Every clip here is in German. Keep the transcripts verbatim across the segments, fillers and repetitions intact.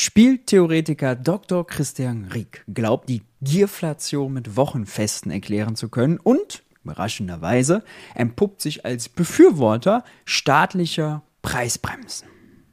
Spieltheoretiker Doktor Christian Rieck glaubt, die Gierflation mit Wochenfesten erklären zu können und, überraschenderweise, entpuppt sich als Befürworter staatlicher Preisbremsen.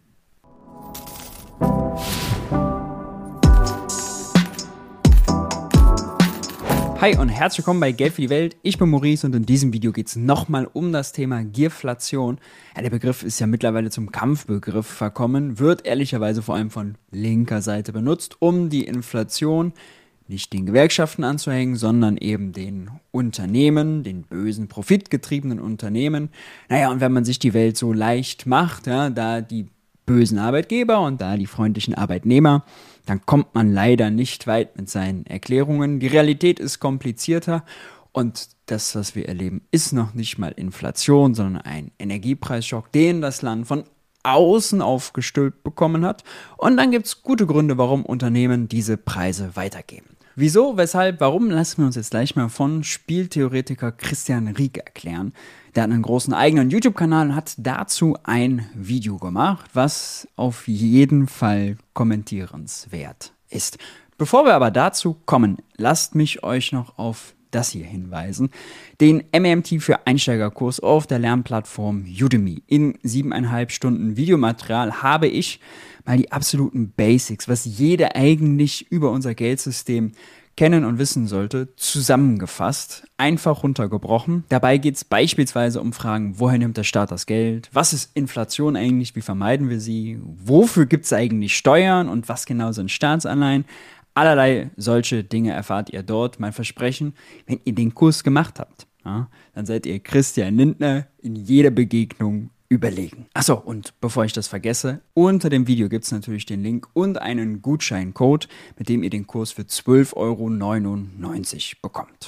Hi und herzlich willkommen bei Geld für die Welt. Ich bin Maurice und in diesem Video geht es nochmal um das Thema Gierflation. Ja, der Begriff ist ja mittlerweile zum Kampfbegriff verkommen, wird ehrlicherweise vor allem von linker Seite benutzt, um die Inflation nicht den Gewerkschaften anzuhängen, sondern eben den Unternehmen, den bösen, profitgetriebenen Unternehmen. Naja, und wenn man sich die Welt so leicht macht, ja, da die bösen Arbeitgeber und da die freundlichen Arbeitnehmer, dann kommt man leider nicht weit mit seinen Erklärungen. Die Realität ist komplizierter und das, was wir erleben, ist noch nicht mal Inflation, sondern ein Energiepreisschock, den das Land von außen aufgestülpt bekommen hat. Und dann gibt es gute Gründe, warum Unternehmen diese Preise weitergeben. Wieso, weshalb, warum, lassen wir uns jetzt gleich mal von Spieltheoretiker Christian Rieck erklären. Der hat einen großen eigenen YouTube-Kanal und hat dazu ein Video gemacht, was auf jeden Fall kommentierenswert ist. Bevor wir aber dazu kommen, lasst mich euch noch auf das hier hinweisen. Den M M T für Einsteigerkurs auf der Lernplattform Udemy. In siebeneinhalb Stunden Videomaterial habe ich mal die absoluten Basics, was jeder eigentlich über unser Geldsystem kennen und wissen sollte, zusammengefasst, einfach runtergebrochen. Dabei geht es beispielsweise um Fragen, woher nimmt der Staat das Geld? Was ist Inflation eigentlich? Wie vermeiden wir sie? Wofür gibt es eigentlich Steuern? Und was genau sind Staatsanleihen? Allerlei solche Dinge erfahrt ihr dort. Mein Versprechen, wenn ihr den Kurs gemacht habt, ja, dann seid ihr Christian Lindner in jeder Begegnung überlegen. Achso, und bevor ich das vergesse, unter dem Video gibt es natürlich den Link und einen Gutscheincode, mit dem ihr den Kurs für zwölf Euro neunundneunzig bekommt.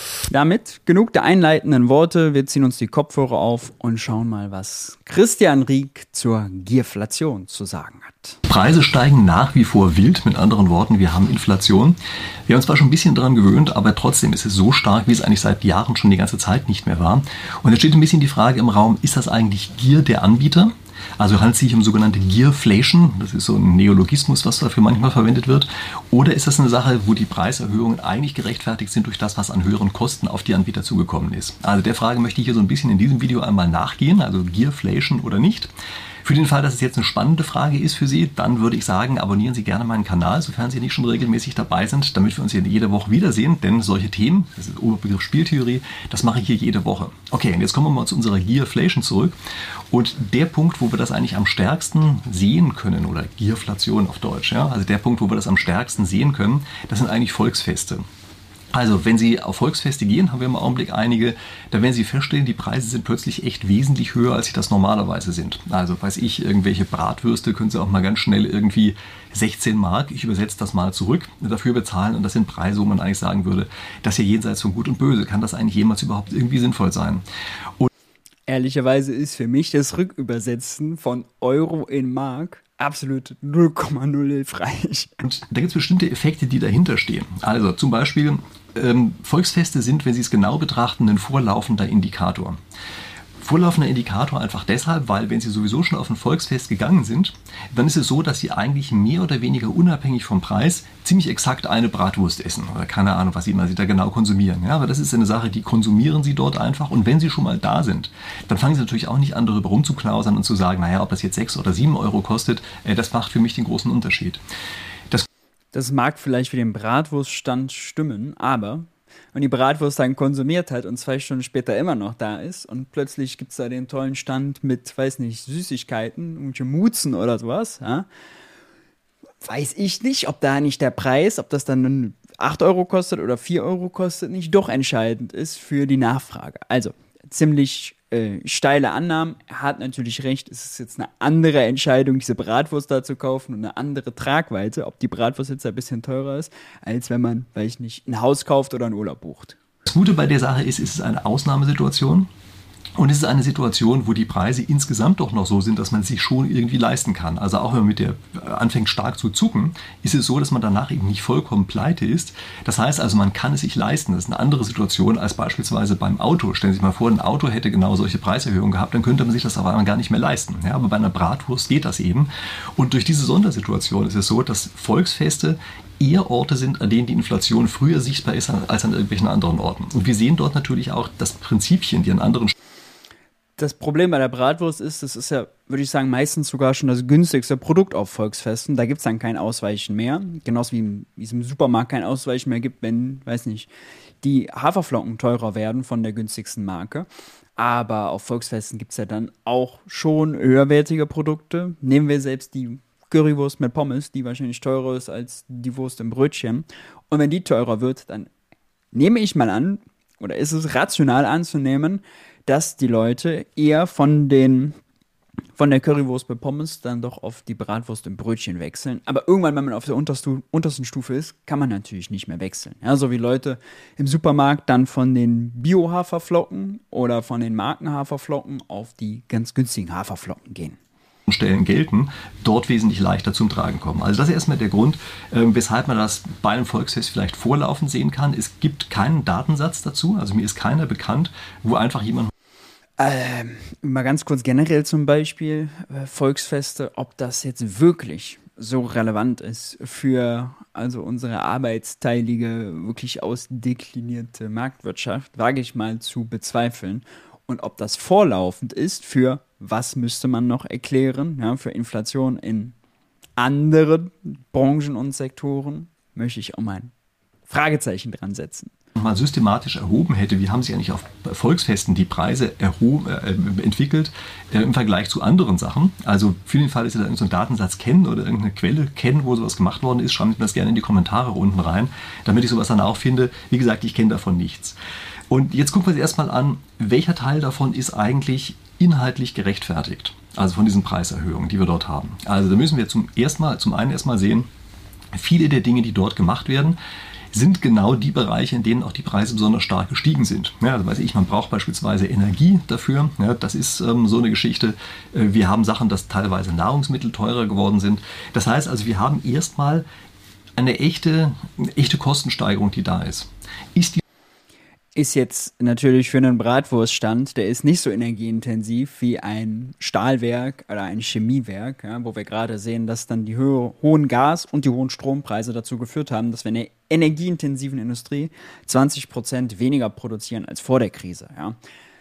Damit genug der einleitenden Worte, wir ziehen uns die Kopfhörer auf und schauen mal, was Christian Rieck zur Gierflation zu sagen hat. Preise steigen nach wie vor wild, mit anderen Worten, wir haben Inflation. Wir haben uns zwar schon ein bisschen daran gewöhnt, aber trotzdem ist es so stark, wie es eigentlich seit Jahren schon die ganze Zeit nicht mehr war. Und jetzt steht ein bisschen die Frage im Raum, ist das eigentlich Gier der Anbieter? Also handelt es sich um sogenannte Gierflation, das ist so ein Neologismus, was dafür manchmal verwendet wird. Oder ist das eine Sache, wo die Preiserhöhungen eigentlich gerechtfertigt sind durch das, was an höheren Kosten auf die Anbieter zugekommen ist? Also der Frage möchte ich hier so ein bisschen in diesem Video einmal nachgehen, also Gierflation oder nicht. Für den Fall, dass es jetzt eine spannende Frage ist für Sie, dann würde ich sagen, abonnieren Sie gerne meinen Kanal, sofern Sie nicht schon regelmäßig dabei sind, damit wir uns hier jede Woche wiedersehen, denn solche Themen, das ist Oberbegriff Spieltheorie, das mache ich hier jede Woche. Okay, und jetzt kommen wir mal zu unserer Gierflation zurück und der Punkt, wo wir das eigentlich am stärksten sehen können, oder Gierflation auf Deutsch, ja, also der Punkt, wo wir das am stärksten sehen können, das sind eigentlich Volksfeste. Also, wenn Sie auf Volksfeste gehen, haben wir im Augenblick einige, da werden Sie feststellen, die Preise sind plötzlich echt wesentlich höher, als sie das normalerweise sind. Also, weiß ich, irgendwelche Bratwürste können Sie auch mal ganz schnell irgendwie sechzehn Mark, ich übersetze das mal zurück, dafür bezahlen. Und das sind Preise, wo man eigentlich sagen würde, das hier jenseits von Gut und Böse, kann das eigentlich jemals überhaupt irgendwie sinnvoll sein? Und Ehrlicherweise ist für mich das Rückübersetzen von Euro in Mark absolut null Komma null hilfreich. Und da gibt es bestimmte Effekte, die dahinter stehen. Also zum Beispiel, ähm, Volksfeste sind, wenn Sie es genau betrachten, ein vorlaufender Indikator. Vorlaufender Indikator einfach deshalb, weil wenn Sie sowieso schon auf ein Volksfest gegangen sind, dann ist es so, dass Sie eigentlich mehr oder weniger unabhängig vom Preis ziemlich exakt eine Bratwurst essen oder keine Ahnung, was Sie immer Sie da genau konsumieren. Ja, aber das ist eine Sache, die konsumieren Sie dort einfach und wenn Sie schon mal da sind, dann fangen Sie natürlich auch nicht an, darüber rumzuknausern und zu sagen, naja, ob das jetzt sechs oder sieben Euro kostet, äh, das macht für mich den großen Unterschied. Das, das mag vielleicht für den Bratwurststand stimmen, aber und die Bratwurst dann konsumiert hat und zwei Stunden später immer noch da ist und plötzlich gibt es da den tollen Stand mit, weiß nicht, Süßigkeiten, irgendwelche Mutzen oder sowas, ja, weiß ich nicht, ob da nicht der Preis, ob das dann acht Euro kostet oder vier Euro kostet, nicht doch entscheidend ist für die Nachfrage. Also ziemlich äh, steile Annahmen. Er hat natürlich recht, es ist jetzt eine andere Entscheidung, diese Bratwurst da zu kaufen und eine andere Tragweite, ob die Bratwurst jetzt ein bisschen teurer ist, als wenn man, weiß ich nicht, ein Haus kauft oder einen Urlaub bucht. Das Gute bei der Sache ist, es ist eine Ausnahmesituation. Und es ist eine Situation, wo die Preise insgesamt doch noch so sind, dass man es sich schon irgendwie leisten kann. Also auch wenn man mit der anfängt stark zu zucken, ist es so, dass man danach eben nicht vollkommen pleite ist. Das heißt also, man kann es sich leisten. Das ist eine andere Situation als beispielsweise beim Auto. Stellen Sie sich mal vor, ein Auto hätte genau solche Preiserhöhungen gehabt, dann könnte man sich das auf einmal gar nicht mehr leisten. Ja, aber bei einer Bratwurst geht das eben. Und durch diese Sondersituation ist es so, dass Volksfeste eher Orte sind, an denen die Inflation früher sichtbar ist als an irgendwelchen anderen Orten. Und wir sehen dort natürlich auch das Prinzipien, die an anderen Das Problem bei der Bratwurst ist, das ist ja, würde ich sagen, meistens sogar schon das günstigste Produkt auf Volksfesten. Da gibt es dann kein Ausweichen mehr. Genauso wie, im, wie es im Supermarkt kein Ausweichen mehr gibt, wenn, weiß nicht, die Haferflocken teurer werden von der günstigsten Marke. Aber auf Volksfesten gibt es ja dann auch schon höherwertige Produkte. Nehmen wir selbst die Currywurst mit Pommes, die wahrscheinlich teurer ist als die Wurst im Brötchen. Und wenn die teurer wird, dann nehme ich mal an, oder ist es rational anzunehmen, dass die Leute eher von den von der Currywurst bei Pommes dann doch auf die Bratwurst im Brötchen wechseln. Aber irgendwann, wenn man auf der unterstu- untersten Stufe ist, kann man natürlich nicht mehr wechseln. Ja, so wie Leute im Supermarkt dann von den Bio-Haferflocken oder von den Marken-Haferflocken auf die ganz günstigen Haferflocken gehen. Stellen gelten, dort wesentlich leichter zum Tragen kommen. Also das ist erstmal der Grund, äh, weshalb man das bei einem Volksfest vielleicht vorlaufend sehen kann. Es gibt keinen Datensatz dazu, also mir ist keiner bekannt, wo einfach jemand... Ähm, mal ganz kurz generell zum Beispiel äh, Volksfeste, ob das jetzt wirklich so relevant ist für also unsere arbeitsteilige, wirklich ausdeklinierte Marktwirtschaft, wage ich mal zu bezweifeln. Und ob das vorlaufend ist für, was müsste man noch erklären, ja, für Inflation in anderen Branchen und Sektoren, möchte ich auch mal ein Fragezeichen dran setzen. Mal systematisch erhoben hätte, wie haben sich eigentlich auf Volksfesten die Preise erhoben, äh, entwickelt äh, im Vergleich zu anderen Sachen. Also für den Fall, dass Sie da irgendeinen Datensatz kennen oder irgendeine Quelle kennen, wo sowas gemacht worden ist, schreiben Sie mir das gerne in die Kommentare unten rein, damit ich sowas dann auch finde. Wie gesagt, ich kenne davon nichts. Und jetzt gucken wir uns erstmal an, welcher Teil davon ist eigentlich inhaltlich gerechtfertigt, also von diesen Preiserhöhungen, die wir dort haben. Also da müssen wir zum, erstmal, zum einen erstmal sehen, viele der Dinge, die dort gemacht werden, sind genau die Bereiche, in denen auch die Preise besonders stark gestiegen sind. Ja, also weiß ich, man braucht beispielsweise Energie dafür. Ja, das ist ähm, so eine Geschichte. Äh, wir haben Sachen, dass teilweise Nahrungsmittel teurer geworden sind. Das heißt also, wir haben erstmal eine echte, eine echte Kostensteigerung, die da ist. Ist die Ist jetzt natürlich für einen Bratwurststand, der ist nicht so energieintensiv wie ein Stahlwerk oder ein Chemiewerk, ja, wo wir gerade sehen, dass dann die ho- hohen Gas- und die hohen Strompreise dazu geführt haben, dass wir in der energieintensiven Industrie zwanzig Prozent weniger produzieren als vor der Krise. Ja,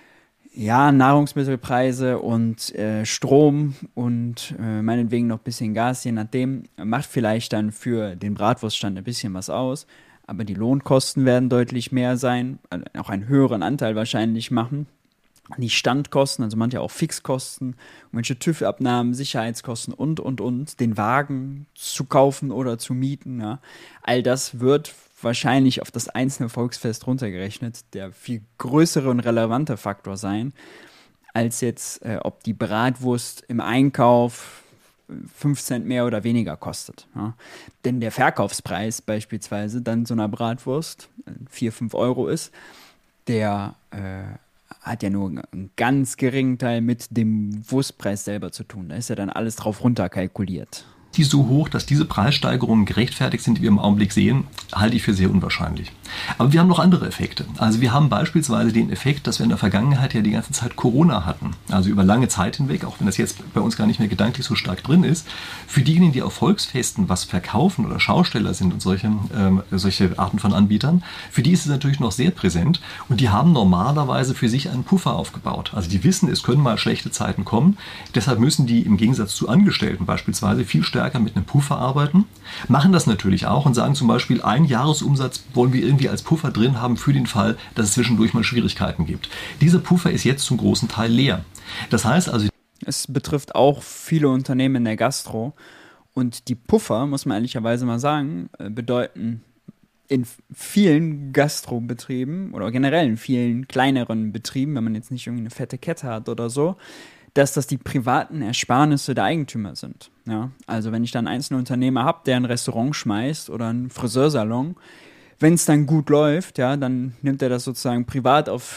ja Nahrungsmittelpreise und äh, Strom und äh, meinetwegen noch ein bisschen Gas, je nachdem, macht vielleicht dann für den Bratwurststand ein bisschen was aus. Aber die Lohnkosten werden deutlich mehr sein, also auch einen höheren Anteil wahrscheinlich machen. Die Standkosten, also manche auch Fixkosten, manche TÜV-Abnahmen, Sicherheitskosten und, und, und, den Wagen zu kaufen oder zu mieten. Ja. All das wird wahrscheinlich auf das einzelne Volksfest runtergerechnet der viel größere und relevante Faktor sein, als jetzt, äh, ob die Bratwurst im Einkauf fünf Cent mehr oder weniger kostet. Ja. Denn der Verkaufspreis beispielsweise dann so einer Bratwurst vier, fünf Euro ist, der äh, hat ja nur einen ganz geringen Teil mit dem Wurstpreis selber zu tun. Da ist ja dann alles drauf runterkalkuliert. Die so hoch, dass diese Preissteigerungen gerechtfertigt sind, die wir im Augenblick sehen, halte ich für sehr unwahrscheinlich. Aber wir haben noch andere Effekte. Also wir haben beispielsweise den Effekt, dass wir in der Vergangenheit ja die ganze Zeit Corona hatten. Also über lange Zeit hinweg, auch wenn das jetzt bei uns gar nicht mehr gedanklich so stark drin ist. Für diejenigen, die auf Volksfesten was verkaufen oder Schausteller sind und solche, ähm, solche Arten von Anbietern, für die ist es natürlich noch sehr präsent und die haben normalerweise für sich einen Puffer aufgebaut. Also die wissen, es können mal schlechte Zeiten kommen. Deshalb müssen die im Gegensatz zu Angestellten beispielsweise viel stärker mit einem Puffer arbeiten, machen das natürlich auch und sagen zum Beispiel, einen Jahresumsatz wollen wir irgendwie als Puffer drin haben für den Fall, dass es zwischendurch mal Schwierigkeiten gibt. Dieser Puffer ist jetzt zum großen Teil leer. Das heißt also... Es betrifft auch viele Unternehmen in der Gastro und die Puffer, muss man ehrlicherweise mal sagen, bedeuten in vielen Gastrobetrieben oder generell in vielen kleineren Betrieben, wenn man jetzt nicht irgendwie eine fette Kette hat oder so, dass das die privaten Ersparnisse der Eigentümer sind. Ja? Also wenn ich dann einen einzelnen Unternehmer habe, der ein Restaurant schmeißt oder einen Friseursalon, wenn es dann gut läuft, ja, dann nimmt er das sozusagen privat auf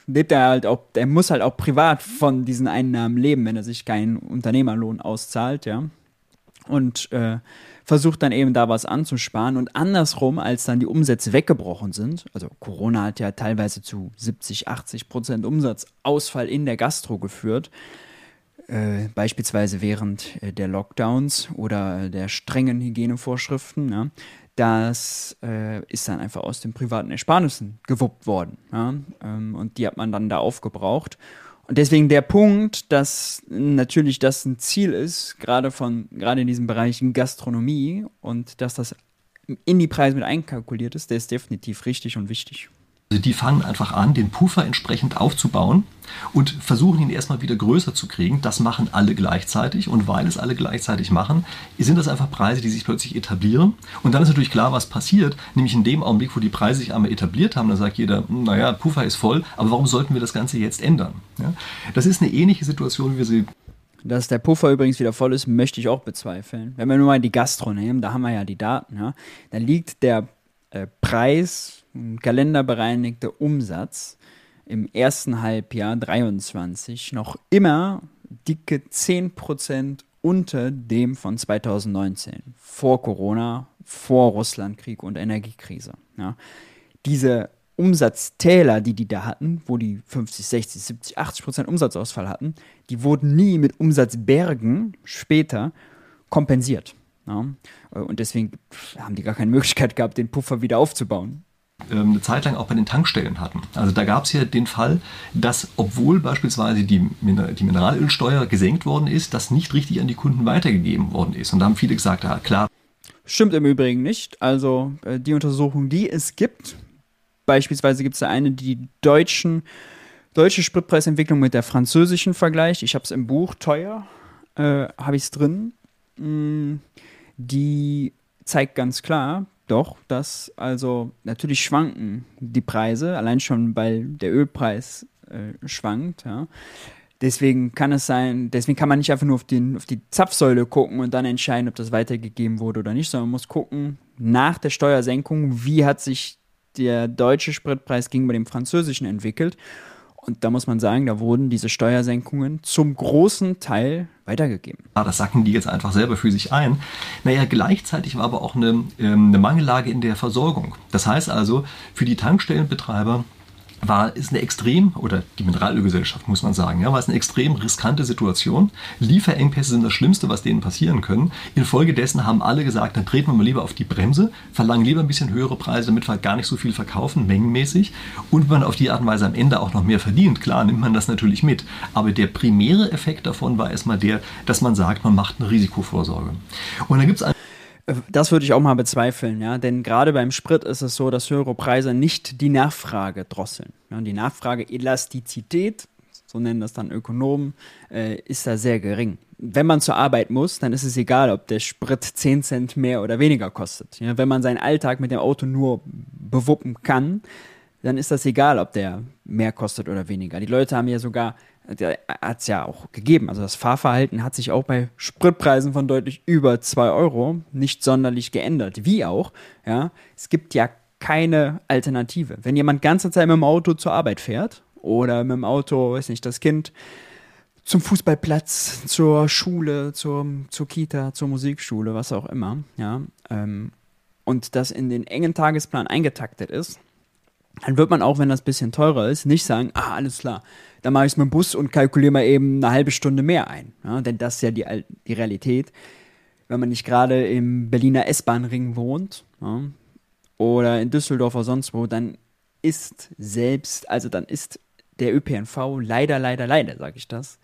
lebt er halt auch, der muss halt auch privat von diesen Einnahmen leben, wenn er sich keinen Unternehmerlohn auszahlt, ja. Und äh, versucht dann eben da was anzusparen. Und andersrum, als dann die Umsätze weggebrochen sind, also Corona hat ja teilweise zu siebzig, achtzig Prozent Umsatzausfall in der Gastro geführt, äh, beispielsweise während äh, der Lockdowns oder der strengen Hygienevorschriften, ja, das äh, ist dann einfach aus den privaten Ersparnissen gewuppt worden. Ja, ähm, und die hat man dann da aufgebraucht. Und deswegen der Punkt, dass natürlich das ein Ziel ist, gerade von, gerade in diesem Bereich Gastronomie und dass das in die Preise mit einkalkuliert ist, der ist definitiv richtig und wichtig. Also die fangen einfach an, den Puffer entsprechend aufzubauen und versuchen ihn erstmal wieder größer zu kriegen. Das machen alle gleichzeitig und weil es alle gleichzeitig machen, sind das einfach Preise, die sich plötzlich etablieren. Und dann ist natürlich klar, was passiert, nämlich in dem Augenblick, wo die Preise sich einmal etabliert haben, dann sagt jeder, naja, Puffer ist voll, aber warum sollten wir das Ganze jetzt ändern? Ja? Das ist eine ähnliche Situation, wie wir sie... Dass der Puffer übrigens wieder voll ist, möchte ich auch bezweifeln. Wenn wir nur mal die Gastro nehmen, da haben wir ja die Daten, ja, da liegt der äh, Preis, kalenderbereinigter Umsatz im ersten Halbjahr dreiundzwanzig noch immer dicke zehn Prozent unter dem von zweitausendneunzehn, vor Corona, vor Russlandkrieg und Energiekrise. Ja. Diese Umsatztäler, die die da hatten, wo die fünfzig, sechzig, siebzig, achtzig Prozent Umsatzausfall hatten, die wurden nie mit Umsatzbergen später kompensiert. Ja. Und deswegen haben die gar keine Möglichkeit gehabt, den Puffer wieder aufzubauen. Eine Zeit lang auch bei den Tankstellen hatten. Also da gab es ja den Fall, dass obwohl beispielsweise die, Min- die Mineralölsteuer gesenkt worden ist, das nicht richtig an die Kunden weitergegeben worden ist. Und da haben viele gesagt, ja klar. Stimmt im Übrigen nicht. Also äh, die Untersuchung, die es gibt, beispielsweise gibt es da eine, die die deutschen, deutsche Spritpreisentwicklung mit der französischen vergleicht. Ich habe es im Buch, teuer, äh, habe ich es drin. Mm, die zeigt ganz klar, doch, dass also natürlich schwanken die Preise, allein schon weil der Ölpreis äh, schwankt. Ja. Deswegen kann es sein, deswegen kann man nicht einfach nur auf, den, auf die Zapfsäule gucken und dann entscheiden, ob das weitergegeben wurde oder nicht, sondern man muss gucken, nach der Steuersenkung, wie hat sich der deutsche Spritpreis gegenüber dem französischen entwickelt. Und da muss man sagen, da wurden diese Steuersenkungen zum großen Teil weitergegeben. Ja, das sacken die jetzt einfach selber für sich ein. Naja, gleichzeitig war aber auch eine, ähm, eine Mangellage in der Versorgung. Das heißt also, für die Tankstellenbetreiber war es eine extrem, oder die Mineralölgesellschaft muss man sagen, ja, war es eine extrem riskante Situation. Lieferengpässe sind das Schlimmste, was denen passieren können. Infolgedessen haben alle gesagt, dann treten wir mal lieber auf die Bremse, verlangen lieber ein bisschen höhere Preise, damit wir halt gar nicht so viel verkaufen, mengenmäßig. Und wenn man auf die Art und Weise am Ende auch noch mehr verdient, klar, nimmt man das natürlich mit. Aber der primäre Effekt davon war erstmal der, dass man sagt, man macht eine Risikovorsorge. Und dann gibt es ein Das würde ich auch mal bezweifeln, ja, denn gerade beim Sprit ist es so, dass höhere Preise nicht die Nachfrage drosseln. Ja, die Nachfrageelastizität, so nennen das dann Ökonomen, äh, ist da sehr gering. Wenn man zur Arbeit muss, dann ist es egal, ob der Sprit zehn Cent mehr oder weniger kostet. Ja, wenn man seinen Alltag mit dem Auto nur bewuppen kann, dann ist das egal, ob der mehr kostet oder weniger. Die Leute haben ja sogar, hat es ja auch gegeben, also das Fahrverhalten hat sich auch bei Spritpreisen von deutlich über zwei Euro nicht sonderlich geändert. Wie auch, ja, es gibt ja keine Alternative. Wenn jemand ganze Zeit mit dem Auto zur Arbeit fährt oder mit dem Auto, weiß nicht, das Kind zum Fußballplatz, zur Schule, zur, zur Kita, zur Musikschule, was auch immer, ja, ähm, und das in den engen Tagesplan eingetaktet ist, dann wird man auch, wenn das ein bisschen teurer ist, nicht sagen, ah, alles klar, dann mache ich es mit dem Bus und kalkuliere mal eben eine halbe Stunde mehr ein. Ja, denn das ist ja die, die Realität. Wenn man nicht gerade im Berliner S-Bahn-Ring wohnt, ja, oder in Düsseldorf oder sonst wo, dann ist selbst, also dann ist der Ö P N V leider, leider, leider, sage ich das,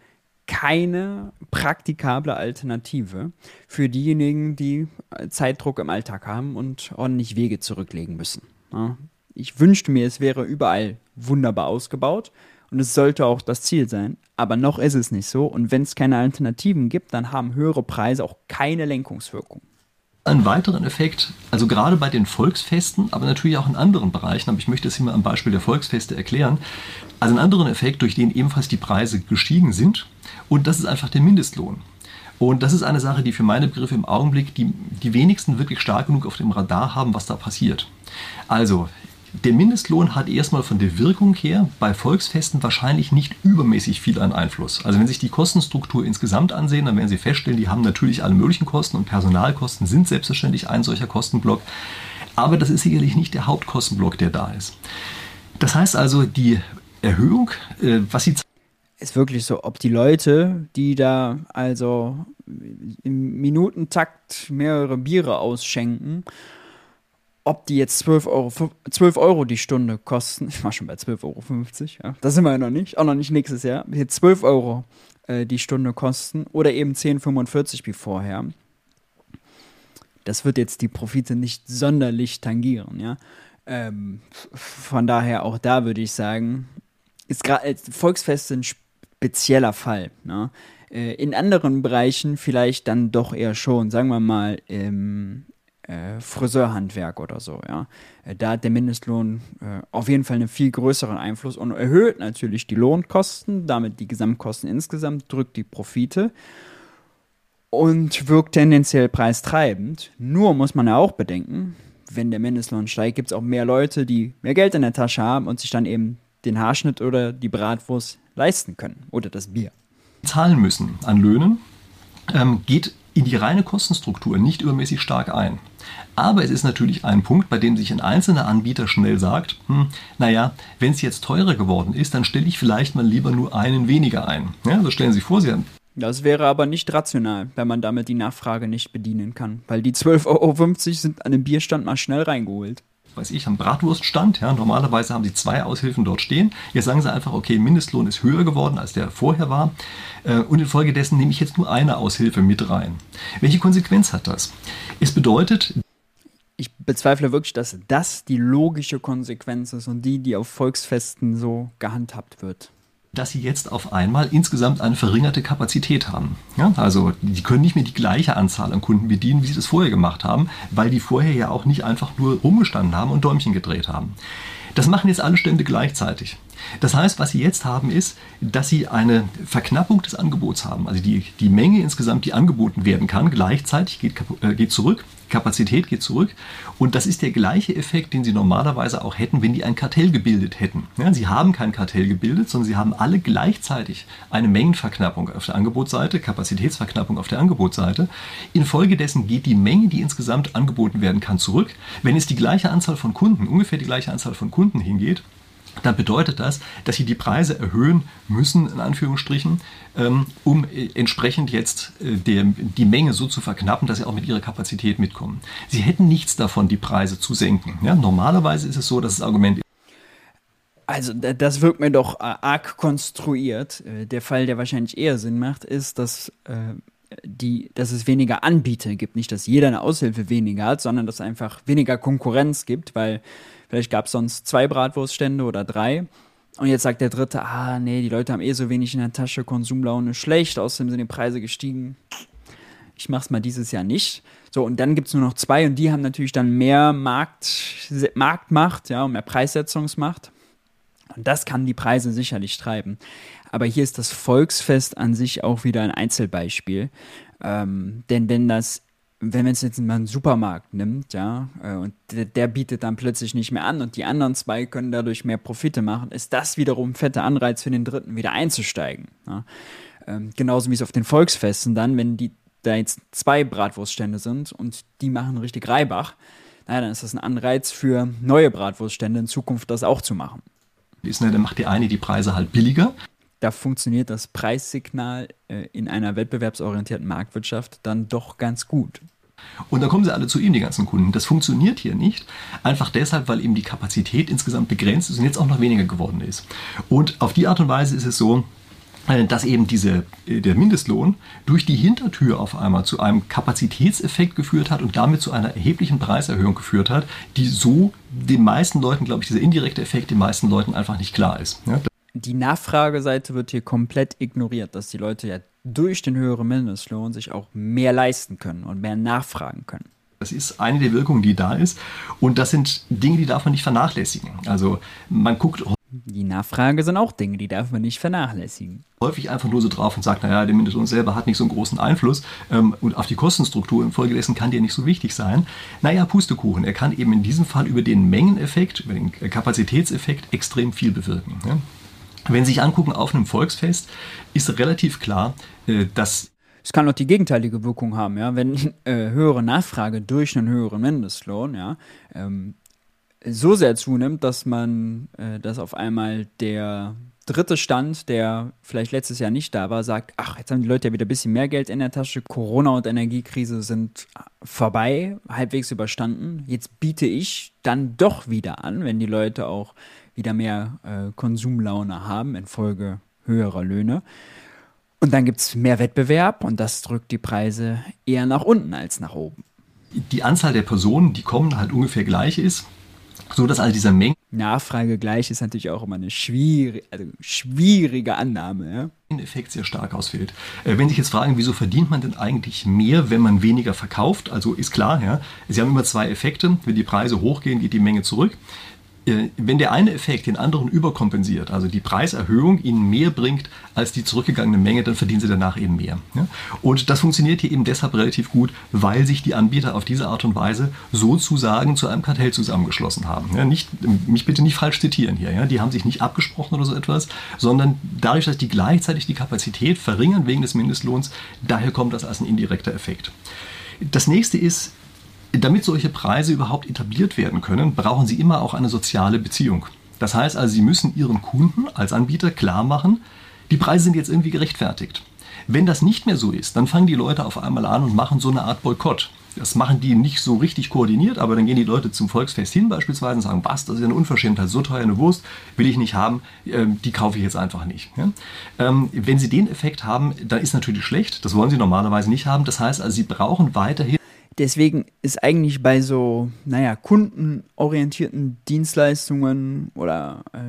keine praktikable Alternative für diejenigen, die Zeitdruck im Alltag haben und ordentlich Wege zurücklegen müssen. Ja. Ich wünschte mir, es wäre überall wunderbar ausgebaut und es sollte auch das Ziel sein, aber noch ist es nicht so und wenn es keine Alternativen gibt, dann haben höhere Preise auch keine Lenkungswirkung. Einen weiteren Effekt, also gerade bei den Volksfesten, aber natürlich auch in anderen Bereichen, aber ich möchte es hier mal am Beispiel der Volksfeste erklären, also einen anderen Effekt, durch den ebenfalls die Preise gestiegen sind und das ist einfach der Mindestlohn. Und das ist eine Sache, die für meine Begriffe im Augenblick die, die wenigsten wirklich stark genug auf dem Radar haben, was da passiert. Also, der Mindestlohn hat erstmal von der Wirkung her bei Volksfesten wahrscheinlich nicht übermäßig viel an Einfluss. Also wenn Sie sich die Kostenstruktur insgesamt ansehen, dann werden Sie feststellen, die haben natürlich alle möglichen Kosten und Personalkosten sind selbstverständlich ein solcher Kostenblock. Aber das ist sicherlich nicht der Hauptkostenblock, der da ist. Das heißt also, die Erhöhung, äh, was Sie ist wirklich so, ob die Leute, die da also im Minutentakt mehrere Biere ausschenken, ob die jetzt zwölf Euro, zwölf Euro die Stunde kosten, ich war schon bei zwölf Euro fünfzig, ja, das sind wir ja noch nicht, auch noch nicht nächstes Jahr, jetzt zwölf Euro äh, die Stunde kosten oder eben zehn Euro fünfundvierzig wie vorher. Das wird jetzt die Profite nicht sonderlich tangieren, ja. Ähm, von daher auch da würde ich sagen, ist gerade Volksfeste ein spezieller Fall, ne? Äh, in anderen Bereichen vielleicht dann doch eher schon, sagen wir mal im äh, Friseurhandwerk oder so, ja. Äh, da hat der Mindestlohn äh, auf jeden Fall einen viel größeren Einfluss und erhöht natürlich die Lohnkosten, damit die Gesamtkosten insgesamt, drückt die Profite und wirkt tendenziell preistreibend. Nur muss man ja auch bedenken, wenn der Mindestlohn steigt, gibt es auch mehr Leute, die mehr Geld in der Tasche haben und sich dann eben den Haarschnitt oder die Bratwurst leisten können oder das Bier. Zahlen müssen an Löhnen, ähm, geht in die reine Kostenstruktur nicht übermäßig stark ein. Aber es ist natürlich ein Punkt, bei dem sich ein einzelner Anbieter schnell sagt, hm, naja, wenn es jetzt teurer geworden ist, dann stelle ich vielleicht mal lieber nur einen weniger ein. Ja, also stellen Sie sich vor, Sie haben Das wäre aber nicht rational, wenn man damit die Nachfrage nicht bedienen kann. Weil die zwölf Euro fünfzig sind an dem Bierstand mal schnell reingeholt. Weiß ich, am Bratwurststand, ja, normalerweise haben Sie zwei Aushilfen dort stehen. Jetzt sagen Sie einfach, okay, Mindestlohn ist höher geworden, als der vorher war. Äh, und infolgedessen nehme ich jetzt nur eine Aushilfe mit rein. Welche Konsequenz hat das? Es bedeutet... Ich bezweifle wirklich, dass das die logische Konsequenz ist und die, die auf Volksfesten so gehandhabt wird. Dass sie jetzt auf einmal insgesamt eine verringerte Kapazität haben. Ja, also die können nicht mehr die gleiche Anzahl an Kunden bedienen, wie sie das vorher gemacht haben, weil die vorher ja auch nicht einfach nur rumgestanden haben und Däumchen gedreht haben. Das machen jetzt alle Stände gleichzeitig. Das heißt, was sie jetzt haben, ist, dass sie eine Verknappung des Angebots haben. Also die, die Menge insgesamt, die angeboten werden kann, gleichzeitig geht, äh, geht zurück, Kapazität geht zurück. Und das ist der gleiche Effekt, den sie normalerweise auch hätten, wenn die ein Kartell gebildet hätten. Ja, sie haben kein Kartell gebildet, sondern sie haben alle gleichzeitig eine Mengenverknappung auf der Angebotsseite, Kapazitätsverknappung auf der Angebotsseite. Infolgedessen geht die Menge, die insgesamt angeboten werden kann, zurück. Wenn es die gleiche Anzahl von Kunden, ungefähr die gleiche Anzahl von Kunden hingeht, dann bedeutet das, dass sie die Preise erhöhen müssen, in Anführungsstrichen, ähm, um äh, entsprechend jetzt äh, der, die Menge so zu verknappen, dass sie auch mit ihrer Kapazität mitkommen. Sie hätten nichts davon, die Preise zu senken. Ja, normalerweise ist es so, dass das Argument... Also das wirkt mir doch arg konstruiert. Der Fall, der wahrscheinlich eher Sinn macht, ist, dass, äh, die, dass es weniger Anbieter gibt. Nicht, dass jeder eine Aushilfe weniger hat, sondern dass es einfach weniger Konkurrenz gibt, weil vielleicht gab es sonst zwei Bratwurststände oder drei. Und jetzt sagt der dritte, ah nee, die Leute haben eh so wenig in der Tasche, Konsumlaune schlecht, außerdem sind die Preise gestiegen. Ich mach's mal dieses Jahr nicht. So, und dann gibt's nur noch zwei und die haben natürlich dann mehr Markt, Marktmacht, ja, und mehr Preissetzungsmacht. Und das kann die Preise sicherlich treiben. Aber hier ist das Volksfest an sich auch wieder ein Einzelbeispiel. Ähm, denn wenn das Wenn man es jetzt mal einen Supermarkt nimmt, ja, und der, der bietet dann plötzlich nicht mehr an und die anderen zwei können dadurch mehr Profite machen, ist das wiederum ein fetter Anreiz für den Dritten, wieder einzusteigen. Ja. Ähm, genauso wie es auf den Volksfesten dann, wenn die da jetzt zwei Bratwurststände sind und die machen richtig Reibach, naja, dann ist das ein Anreiz für neue Bratwurststände in Zukunft, das auch zu machen. Dann macht der eine die Preise halt billiger. Da funktioniert das Preissignal äh, in einer wettbewerbsorientierten Marktwirtschaft dann doch ganz gut. Und dann kommen sie alle zu ihm, die ganzen Kunden. Das funktioniert hier nicht, einfach deshalb, weil eben die Kapazität insgesamt begrenzt ist und jetzt auch noch weniger geworden ist. Und auf die Art und Weise ist es so, dass eben diese, der Mindestlohn durch die Hintertür auf einmal zu einem Kapazitätseffekt geführt hat und damit zu einer erheblichen Preiserhöhung geführt hat, die so den meisten Leuten, glaube ich, dieser indirekte Effekt den meisten Leuten einfach nicht klar ist. Ja? Die Nachfrageseite wird hier komplett ignoriert, dass die Leute ja durch den höheren Mindestlohn sich auch mehr leisten können und mehr nachfragen können. Das ist eine der Wirkungen, die da ist. Und das sind Dinge, die darf man nicht vernachlässigen. Also man guckt... Die Nachfrage sind auch Dinge, die darf man nicht vernachlässigen. Häufig einfach nur so drauf und sagt, naja, der Mindestlohn selber hat nicht so einen großen Einfluss ähm, und auf die Kostenstruktur infolgedessen kann der nicht so wichtig sein. Naja, Pustekuchen, er kann eben in diesem Fall über den Mengeneffekt, über den Kapazitätseffekt extrem viel bewirken. Ja? Wenn Sie sich angucken auf einem Volksfest, ist relativ klar, äh, dass es kann auch die gegenteilige Wirkung haben, ja, wenn äh, höhere Nachfrage durch einen höheren Mindestlohn, ja, ähm, so sehr zunimmt, dass man, äh, dass auf einmal der dritte Stand, der vielleicht letztes Jahr nicht da war, sagt, ach, jetzt haben die Leute ja wieder ein bisschen mehr Geld in der Tasche, Corona und Energiekrise sind vorbei, halbwegs überstanden, jetzt biete ich dann doch wieder an, wenn die Leute auch wieder mehr äh, Konsumlaune haben infolge höherer Löhne. Und dann gibt es mehr Wettbewerb und das drückt die Preise eher nach unten als nach oben. Die Anzahl der Personen, die kommen, halt ungefähr gleich ist. So dass all dieser Mengen Nachfrage gleich ist natürlich auch immer eine schwierige, also schwierige Annahme. Ja? Effekt sehr stark ausfällt. Äh, wenn Sie sich jetzt fragen, wieso verdient man denn eigentlich mehr, wenn man weniger verkauft? Also ist klar, ja, Sie haben immer zwei Effekte. Wenn die Preise hochgehen, geht die Menge zurück. Wenn der eine Effekt den anderen überkompensiert, also die Preiserhöhung ihnen mehr bringt als die zurückgegangene Menge, dann verdienen sie danach eben mehr. Und das funktioniert hier eben deshalb relativ gut, weil sich die Anbieter auf diese Art und Weise sozusagen zu einem Kartell zusammengeschlossen haben. Nicht, mich bitte nicht falsch zitieren hier. Die haben sich nicht abgesprochen oder so etwas, sondern dadurch, dass die gleichzeitig die Kapazität verringern wegen des Mindestlohns, daher kommt das als ein indirekter Effekt. Das nächste ist, damit solche Preise überhaupt etabliert werden können, brauchen Sie immer auch eine soziale Beziehung. Das heißt also, Sie müssen Ihren Kunden als Anbieter klar machen, die Preise sind jetzt irgendwie gerechtfertigt. Wenn das nicht mehr so ist, dann fangen die Leute auf einmal an und machen so eine Art Boykott. Das machen die nicht so richtig koordiniert, aber dann gehen die Leute zum Volksfest hin beispielsweise und sagen, was, das ist ja eine Unverschämtheit, so teuer eine Wurst will ich nicht haben, die kaufe ich jetzt einfach nicht. Wenn Sie den Effekt haben, dann ist natürlich schlecht, das wollen Sie normalerweise nicht haben. Das heißt also, Sie brauchen weiterhin. Deswegen ist eigentlich bei so, naja, kundenorientierten Dienstleistungen oder äh,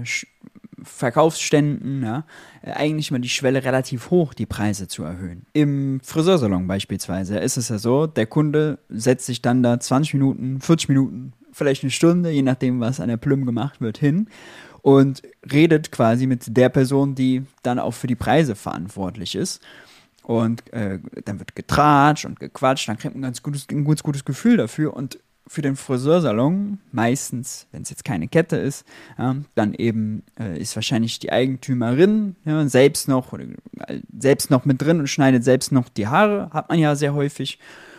Verkaufsständen, ja, eigentlich mal die Schwelle relativ hoch, die Preise zu erhöhen. Im Friseursalon beispielsweise ist es ja so, der Kunde setzt sich dann da zwanzig Minuten, vierzig Minuten, vielleicht eine Stunde, je nachdem, was an der Plüm gemacht wird, hin und redet quasi mit der Person, die dann auch für die Preise verantwortlich ist. Und äh, dann wird getratscht und gequatscht, dann kriegt man ein ganz gutes, ein ganz gutes Gefühl dafür. Und für den Friseursalon, meistens, wenn es jetzt keine Kette ist, ja, dann eben äh, ist wahrscheinlich die Eigentümerin ja, selbst noch oder, äh, selbst noch mit drin und schneidet selbst noch die Haare, hat man ja sehr häufig.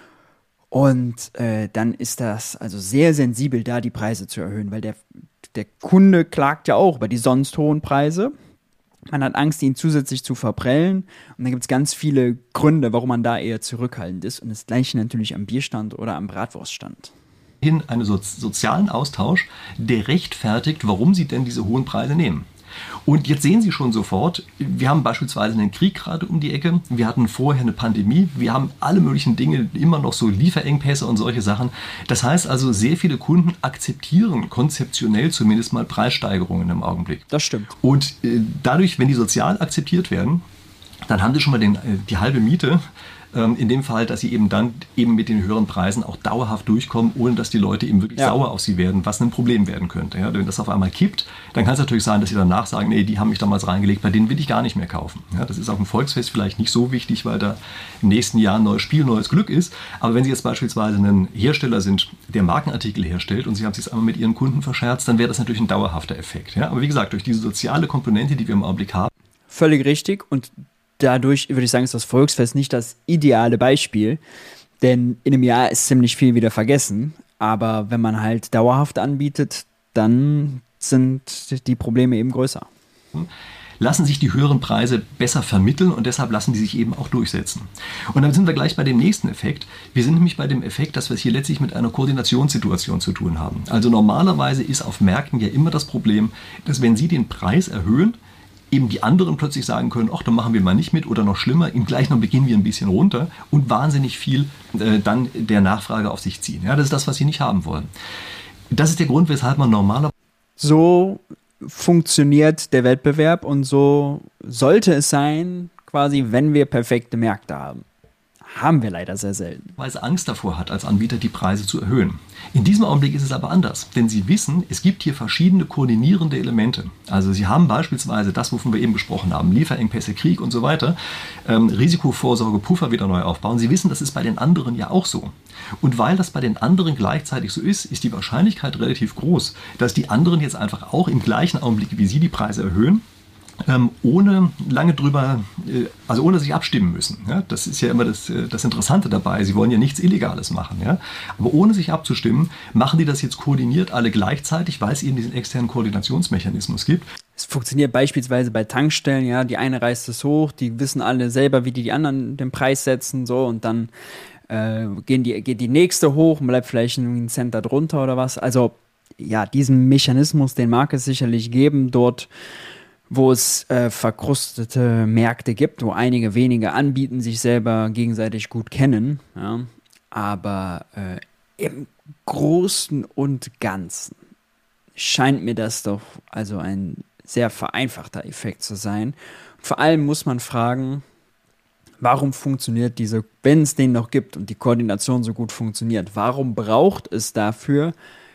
Und äh, dann ist das also sehr sensibel, da die Preise zu erhöhen, weil der, der Kunde klagt ja auch über die sonst hohen Preise. Man hat Angst, ihn zusätzlich zu verprellen. Und da gibt es ganz viele Gründe, warum man da eher zurückhaltend ist. Und das Gleiche natürlich am Bierstand oder am Bratwurststand. Einen so- sozialen Austausch, der rechtfertigt, warum sie denn diese hohen Preise nehmen. Und jetzt sehen Sie schon sofort, wir haben beispielsweise einen Krieg gerade um die Ecke, wir hatten vorher eine Pandemie, wir haben alle möglichen Dinge, immer noch so Lieferengpässe und solche Sachen. Das heißt also, sehr viele Kunden akzeptieren konzeptionell zumindest mal Preissteigerungen im Augenblick. Das stimmt. Und äh, dadurch, wenn die sozial akzeptiert werden, dann haben Sie schon mal den, äh, die halbe Miete. In dem Fall, dass sie eben dann eben mit den höheren Preisen auch dauerhaft durchkommen, ohne dass die Leute eben wirklich ja. sauer auf sie werden, was ein Problem werden könnte. Ja, wenn das auf einmal kippt, dann kann es natürlich sein, dass sie danach sagen, nee, die haben mich damals reingelegt, bei denen will ich gar nicht mehr kaufen. Ja, das ist auf dem Volksfest vielleicht nicht so wichtig, weil da im nächsten Jahr ein neues Spiel, neues Glück ist. Aber wenn Sie jetzt beispielsweise ein Hersteller sind, der Markenartikel herstellt und Sie haben es jetzt einmal mit Ihren Kunden verscherzt, dann wäre das natürlich ein dauerhafter Effekt. Ja, aber wie gesagt, durch diese soziale Komponente, die wir im Augenblick haben. Völlig richtig und dadurch würde ich sagen, ist das Volksfest nicht das ideale Beispiel, denn in einem Jahr ist ziemlich viel wieder vergessen, aber wenn man halt dauerhaft anbietet, dann sind die Probleme eben größer. Lassen sich die höheren Preise besser vermitteln und deshalb lassen die sich eben auch durchsetzen. Und dann sind wir gleich bei dem nächsten Effekt. Wir sind nämlich bei dem Effekt, dass wir es hier letztlich mit einer Koordinationssituation zu tun haben. Also normalerweise ist auf Märkten ja immer das Problem, dass wenn Sie den Preis erhöhen, eben die anderen plötzlich sagen können, ach, dann machen wir mal nicht mit oder noch schlimmer, im gleichen Moment beginnen wir ein bisschen runter und wahnsinnig viel äh, dann der Nachfrage auf sich ziehen. Ja, das ist das, was sie nicht haben wollen. Das ist der Grund, weshalb man normalerweise... So funktioniert der Wettbewerb und so sollte es sein, quasi, wenn wir perfekte Märkte haben. haben wir leider sehr selten. Weil es Angst davor hat, als Anbieter die Preise zu erhöhen. In diesem Augenblick ist es aber anders, denn Sie wissen, es gibt hier verschiedene koordinierende Elemente. Also Sie haben beispielsweise das, wovon wir eben gesprochen haben, Lieferengpässe, Krieg und so weiter, ähm, Risikovorsorge, Puffer wieder neu aufbauen. Sie wissen, das ist bei den anderen ja auch so. Und weil das bei den anderen gleichzeitig so ist, ist die Wahrscheinlichkeit relativ groß, dass die anderen jetzt einfach auch im gleichen Augenblick wie Sie die Preise erhöhen, Ähm, ohne lange drüber, äh, also ohne sich abstimmen müssen. Ja? Das ist ja immer das, äh, das Interessante dabei. Sie wollen ja nichts Illegales machen. Ja? Aber ohne sich abzustimmen, machen die das jetzt koordiniert alle gleichzeitig, weil es eben diesen externen Koordinationsmechanismus gibt. Es funktioniert beispielsweise bei Tankstellen, ja, die eine reißt es hoch, die wissen alle selber, wie die die anderen den Preis setzen, so, und dann äh, gehen die, geht die nächste hoch und bleibt vielleicht ein Cent da drunter oder was. Also, ja, diesen Mechanismus, den mag es sicherlich geben, dort wo es äh, verkrustete Märkte gibt, wo einige wenige anbieten, sich selber gegenseitig gut kennen. Ja? Aber äh, im Großen und Ganzen scheint mir das doch also ein sehr vereinfachter Effekt zu sein. Vor allem muss man fragen, warum funktioniert diese, wenn es den noch gibt und die Koordination so gut funktioniert, warum braucht es dafür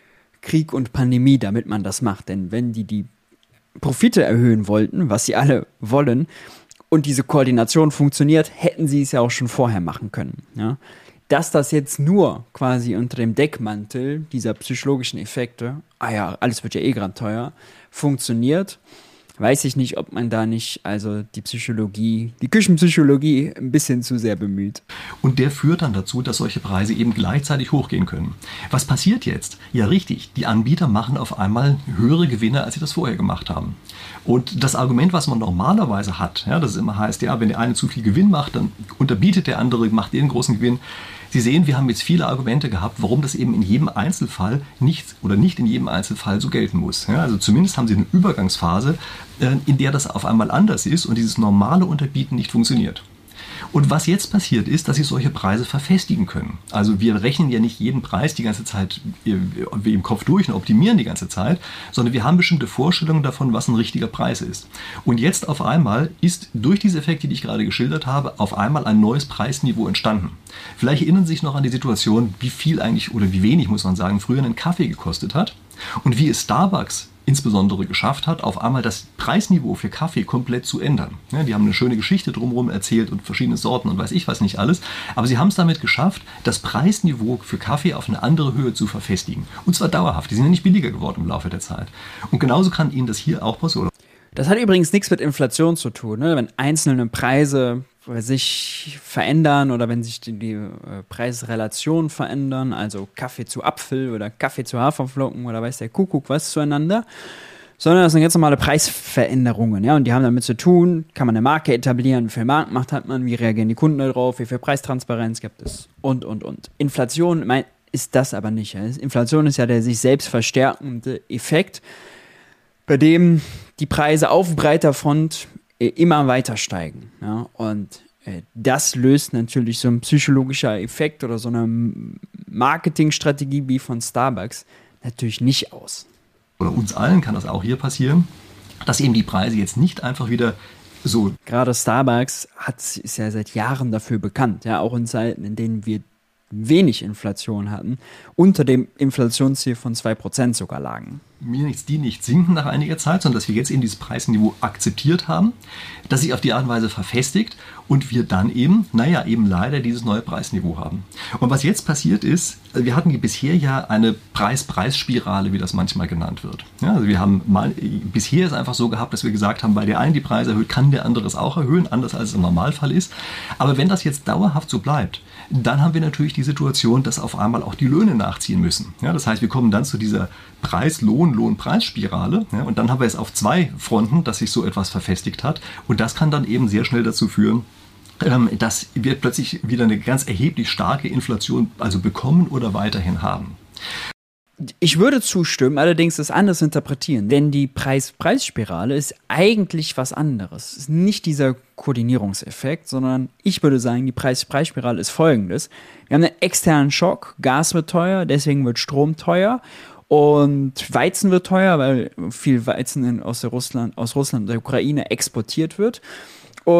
Krieg und Pandemie, damit man das macht? Denn wenn die die Profite erhöhen wollten, was sie alle wollen, und diese Koordination funktioniert, hätten sie es ja auch schon vorher machen können. Ja? Dass das jetzt nur quasi unter dem Deckmantel dieser psychologischen Effekte, ah ja, alles wird ja eh gerade teuer, funktioniert, weiß ich nicht, ob man da nicht also die Psychologie, die Küchenpsychologie ein bisschen zu sehr bemüht. Und der führt dann dazu, dass solche Preise eben gleichzeitig hochgehen können. Was passiert jetzt? Ja, richtig, die Anbieter machen auf einmal höhere Gewinne, als sie das vorher gemacht haben. Und das Argument, was man normalerweise hat, ja, das immer heißt, ja, wenn der eine zu viel Gewinn macht, dann unterbietet der andere, macht den großen Gewinn. Sie sehen, wir haben jetzt viele Argumente gehabt, warum das eben in jedem Einzelfall nicht oder nicht in jedem Einzelfall so gelten muss. Ja, also zumindest haben Sie eine Übergangsphase, äh, in der das auf einmal anders ist und dieses normale Unterbieten nicht funktioniert. Und was jetzt passiert ist, dass Sie solche Preise verfestigen können. Also wir rechnen ja nicht jeden Preis die ganze Zeit wie im Kopf durch und optimieren die ganze Zeit, sondern wir haben bestimmte Vorstellungen davon, was ein richtiger Preis ist. Und jetzt auf einmal ist durch diese Effekte, die ich gerade geschildert habe, auf einmal ein neues Preisniveau entstanden. Vielleicht erinnern Sie sich noch an die Situation, wie viel eigentlich oder wie wenig, muss man sagen, früher ein Kaffee gekostet hat und wie es Starbucks insbesondere geschafft hat, auf einmal das Preisniveau für Kaffee komplett zu ändern. Ja, die haben eine schöne Geschichte drumherum erzählt und verschiedene Sorten und weiß ich was nicht alles, aber sie haben es damit geschafft, das Preisniveau für Kaffee auf eine andere Höhe zu verfestigen. Und zwar dauerhaft. Die sind ja nicht billiger geworden im Laufe der Zeit. Und genauso kann Ihnen das hier auch passieren. Das hat übrigens nichts mit Inflation zu tun, ne? Wenn einzelne Preise sich verändern oder wenn sich die, die äh, Preisrelationen verändern, also Kaffee zu Apfel oder Kaffee zu Haferflocken oder weiß der Kuckuck was zueinander, sondern das sind ganz normale Preisveränderungen, ja, und die haben damit zu tun, kann man eine Marke etablieren, wie viel Marktmacht hat man, wie reagieren die Kunden darauf, wie viel Preistransparenz gibt es und, und, und. Inflation mein, ist das aber nicht. Ja? Inflation ist ja der sich selbst verstärkende Effekt, bei dem die Preise auf breiter Front immer weiter steigen. Ja? Und äh, das löst natürlich so ein psychologischer Effekt oder so eine Marketingstrategie wie von Starbucks natürlich nicht aus. Oder uns allen kann das auch hier passieren, dass eben die Preise jetzt nicht einfach wieder so... Gerade Starbucks hat, ist ja seit Jahren dafür bekannt, ja, auch in Zeiten, in denen wir wenig Inflation hatten, unter dem Inflationsziel von zwei Prozent sogar lagen. Mir nichts, die nicht sinken nach einiger Zeit, sondern dass wir jetzt eben dieses Preisniveau akzeptiert haben, das sich auf die Art und Weise verfestigt und wir dann eben, naja, eben leider dieses neue Preisniveau haben. Und was jetzt passiert ist, wir hatten bisher ja eine Preis-Preis-Spirale, wie das manchmal genannt wird. Ja, also wir haben mal, bisher ist einfach so gehabt, dass wir gesagt haben, weil der eine die Preise erhöht, kann der andere es auch erhöhen, anders als es im Normalfall ist. Aber wenn das jetzt dauerhaft so bleibt, dann haben wir natürlich die Situation, dass auf einmal auch die Löhne nachziehen müssen. Ja, das heißt, wir kommen dann zu dieser Preis-Lohn, Lohn-Preisspirale, ja, und dann haben wir es auf zwei Fronten, dass sich so etwas verfestigt hat. Und das kann dann eben sehr schnell dazu führen, ähm, dass wir plötzlich wieder eine ganz erheblich starke Inflation also bekommen oder weiterhin haben. Ich würde zustimmen, allerdings das anders interpretieren, denn die Preis-Preis-Spirale ist eigentlich was anderes. Es ist nicht dieser Koordinierungseffekt, sondern ich würde sagen, die Preis-Preis-Spirale ist folgendes. Wir haben einen externen Schock, Gas wird teuer, deswegen wird Strom teuer und Weizen wird teuer, weil viel Weizen in, aus, der Russland, aus Russland und der Ukraine exportiert wird und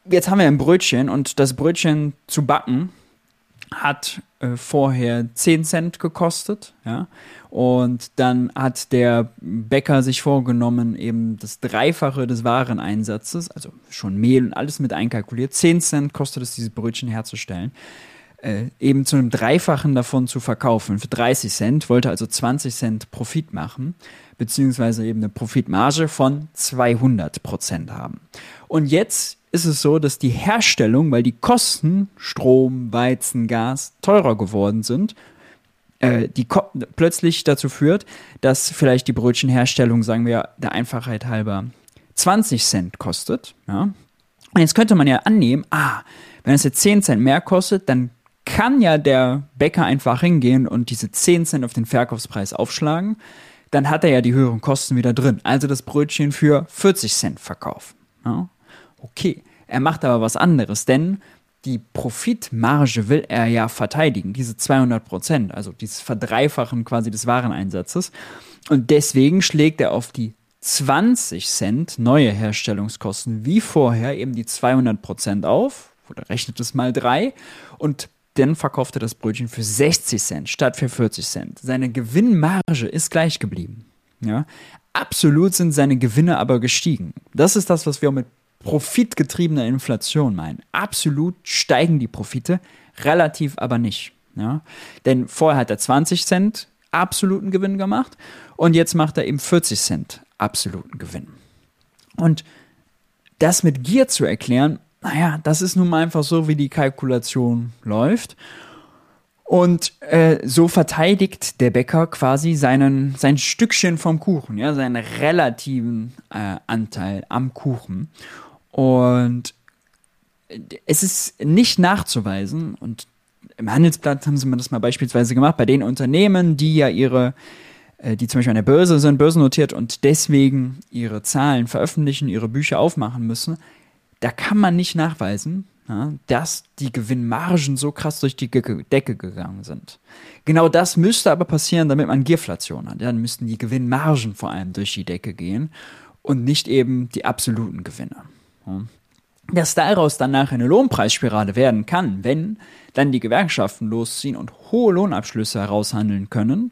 jetzt haben wir ein Brötchen und das Brötchen zu backen hat äh, vorher zehn Cent gekostet, ja, und dann hat der Bäcker sich vorgenommen, eben das Dreifache des Wareneinsatzes, also schon Mehl und alles mit einkalkuliert, zehn Cent kostet es, dieses Brötchen herzustellen, äh, eben zu einem Dreifachen davon zu verkaufen, für dreißig Cent, wollte also zwanzig Cent Profit machen, beziehungsweise eben eine Profitmarge von zweihundert Prozent haben. Und jetzt ist es so, dass die Herstellung, weil die Kosten, Strom, Weizen, Gas, teurer geworden sind, äh, die ko- plötzlich dazu führt, dass vielleicht die Brötchenherstellung, sagen wir der Einfachheit halber, zwanzig Cent kostet. Ja? Und jetzt könnte man ja annehmen, ah, wenn es jetzt zehn Cent mehr kostet, dann kann ja der Bäcker einfach hingehen und diese zehn Cent auf den Verkaufspreis aufschlagen. Dann hat er ja die höheren Kosten wieder drin. Also das Brötchen für vierzig Cent verkaufen. Ja? Okay, er macht aber was anderes, denn die Profitmarge will er ja verteidigen, diese zweihundert Prozent, also dieses Verdreifachen quasi des Wareneinsatzes. Und deswegen schlägt er auf die zwanzig Cent neue Herstellungskosten wie vorher eben die zweihundert Prozent auf, oder rechnet es mal drei, und dann verkauft er das Brötchen für sechzig Cent statt für vierzig Cent. Seine Gewinnmarge ist gleich geblieben. Ja? Absolut sind seine Gewinne aber gestiegen. Das ist das, was wir mit profitgetriebener Inflation meinen. Absolut steigen die Profite, relativ aber nicht. Ja? Denn vorher hat er zwanzig Cent absoluten Gewinn gemacht und jetzt macht er eben vierzig Cent absoluten Gewinn. Und das mit Gier zu erklären, naja, das ist nun mal einfach so, wie die Kalkulation läuft. Und äh, so verteidigt der Bäcker quasi seinen, sein Stückchen vom Kuchen, ja, seinen relativen äh, Anteil am Kuchen. Und es ist nicht nachzuweisen, und im Handelsblatt haben sie das mal beispielsweise gemacht, bei den Unternehmen, die ja ihre, äh, die zum Beispiel an der Börse sind, börsennotiert und deswegen ihre Zahlen veröffentlichen, ihre Bücher aufmachen müssen, da kann man nicht nachweisen, ja, dass die Gewinnmargen so krass durch die Ge- Decke gegangen sind. Genau das müsste aber passieren, damit man Gierflation hat. Ja, dann müssten die Gewinnmargen vor allem durch die Decke gehen und nicht eben die absoluten Gewinne. Ja. Dass daraus dann nachher eine Lohnpreisspirale werden kann, wenn dann die Gewerkschaften losziehen und hohe Lohnabschlüsse heraushandeln können,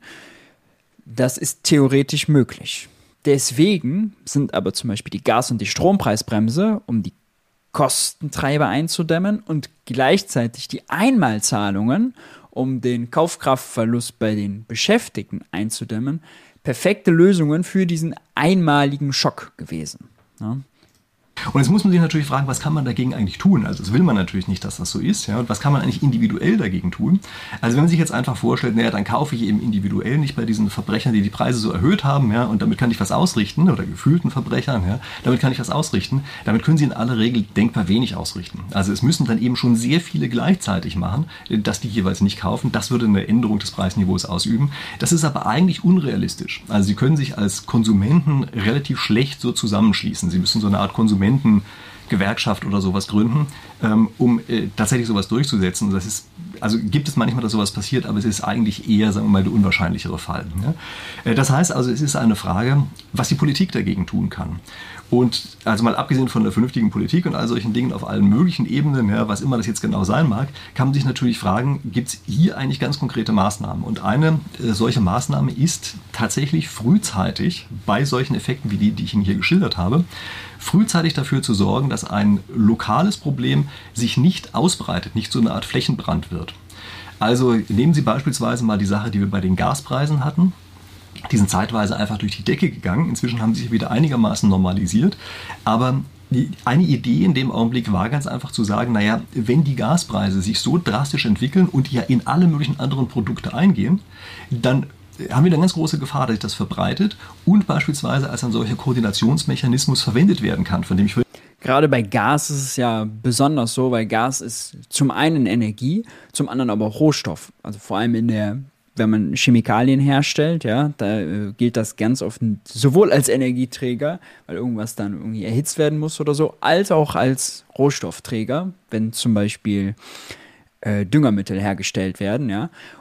das ist theoretisch möglich. Deswegen sind aber zum Beispiel die Gas- und die Strompreisbremse, um die Kostentreiber einzudämmen, und gleichzeitig die Einmalzahlungen, um den Kaufkraftverlust bei den Beschäftigten einzudämmen, perfekte Lösungen für diesen einmaligen Schock gewesen. Ja. Und jetzt muss man sich natürlich fragen, was kann man dagegen eigentlich tun? Also das will man natürlich nicht, dass das so ist. Ja? Und was kann man eigentlich individuell dagegen tun? Also wenn man sich jetzt einfach vorstellt, naja, dann kaufe ich eben individuell nicht bei diesen Verbrechern, die die Preise so erhöht haben, ja, und damit kann ich was ausrichten, oder gefühlten Verbrechern, ja, damit kann ich was ausrichten. Damit können sie in aller Regel denkbar wenig ausrichten. Also es müssen dann eben schon sehr viele gleichzeitig machen, dass die jeweils nicht kaufen. Das würde eine Änderung des Preisniveaus ausüben. Das ist aber eigentlich unrealistisch. Also sie können sich als Konsumenten relativ schlecht so zusammenschließen. Sie müssen so eine Art Konsumenten Gewerkschaft oder sowas gründen, ähm, um äh, tatsächlich sowas durchzusetzen. Das ist, also gibt es manchmal, dass sowas passiert, aber es ist eigentlich eher, sagen wir mal, der unwahrscheinlichere Fall. Ja? Äh, das heißt also, es ist eine Frage, was die Politik dagegen tun kann. Und also mal abgesehen von der vernünftigen Politik und all solchen Dingen auf allen möglichen Ebenen, ja, was immer das jetzt genau sein mag, kann man sich natürlich fragen, gibt es hier eigentlich ganz konkrete Maßnahmen? Und eine äh, solche Maßnahme ist tatsächlich frühzeitig bei solchen Effekten wie die, die ich Ihnen hier geschildert habe, frühzeitig dafür zu sorgen, dass ein lokales Problem sich nicht ausbreitet, nicht so eine Art Flächenbrand wird. Also nehmen Sie beispielsweise mal die Sache, die wir bei den Gaspreisen hatten. Die sind zeitweise einfach durch die Decke gegangen. Inzwischen haben sie sich wieder einigermaßen normalisiert. Aber die, eine Idee in dem Augenblick war ganz einfach zu sagen, naja, wenn die Gaspreise sich so drastisch entwickeln und ja in alle möglichen anderen Produkte eingehen, dann haben wir eine ganz große Gefahr, dass sich das verbreitet und beispielsweise als ein solcher Koordinationsmechanismus verwendet werden kann, von dem ich Gerade bei Gas ist es ja besonders so, weil Gas ist zum einen Energie, zum anderen aber auch Rohstoff. Also vor allem in der, wenn man Chemikalien herstellt, ja, da äh, gilt das ganz oft sowohl als Energieträger, weil irgendwas dann irgendwie erhitzt werden muss oder so, als auch als Rohstoffträger, wenn zum Beispiel äh, Düngermittel hergestellt werden, ja.